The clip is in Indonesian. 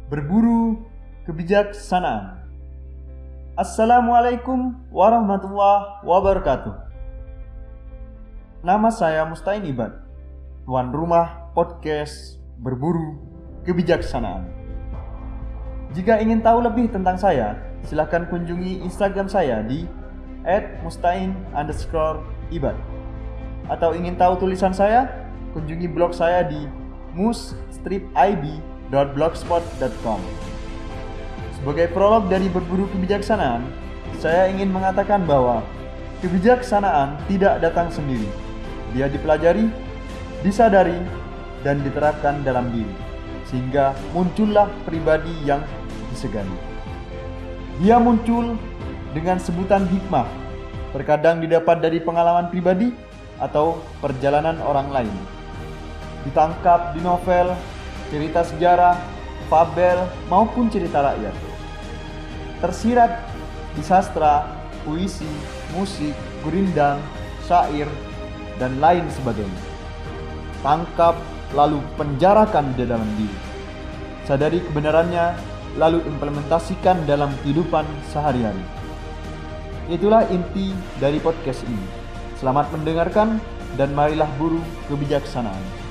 Berburu kebijaksanaan. Assalamualaikum warahmatullahi wabarakatuh. Nama saya Mustain Ibad, tuan rumah podcast Berburu Kebijaksanaan. Jika ingin tahu lebih tentang saya, silakan kunjungi Instagram saya di @mustain_ibad. Atau ingin tahu tulisan saya, kunjungi blog saya di mus-ib.blogspot.com. Sebagai prolog dari Berburu Kebijaksanaan, saya ingin mengatakan bahwa kebijaksanaan tidak datang sendiri. Dia dipelajari, disadari, dan diterapkan dalam diri, sehingga muncullah pribadi yang disegani. Dia muncul dengan sebutan hikmah, terkadang didapat dari pengalaman pribadi atau perjalanan orang lain. Ditangkap di novel, cerita sejarah, fabel, maupun cerita rakyat. Tersirat di sastra, puisi, musik, gurindam, syair, dan lain sebagainya. Tangkap, lalu penjarakan di dalam diri. Sadari kebenarannya, lalu implementasikan dalam kehidupan sehari-hari. Itulah inti dari podcast ini. Selamat mendengarkan dan marilah buru kebijaksanaan.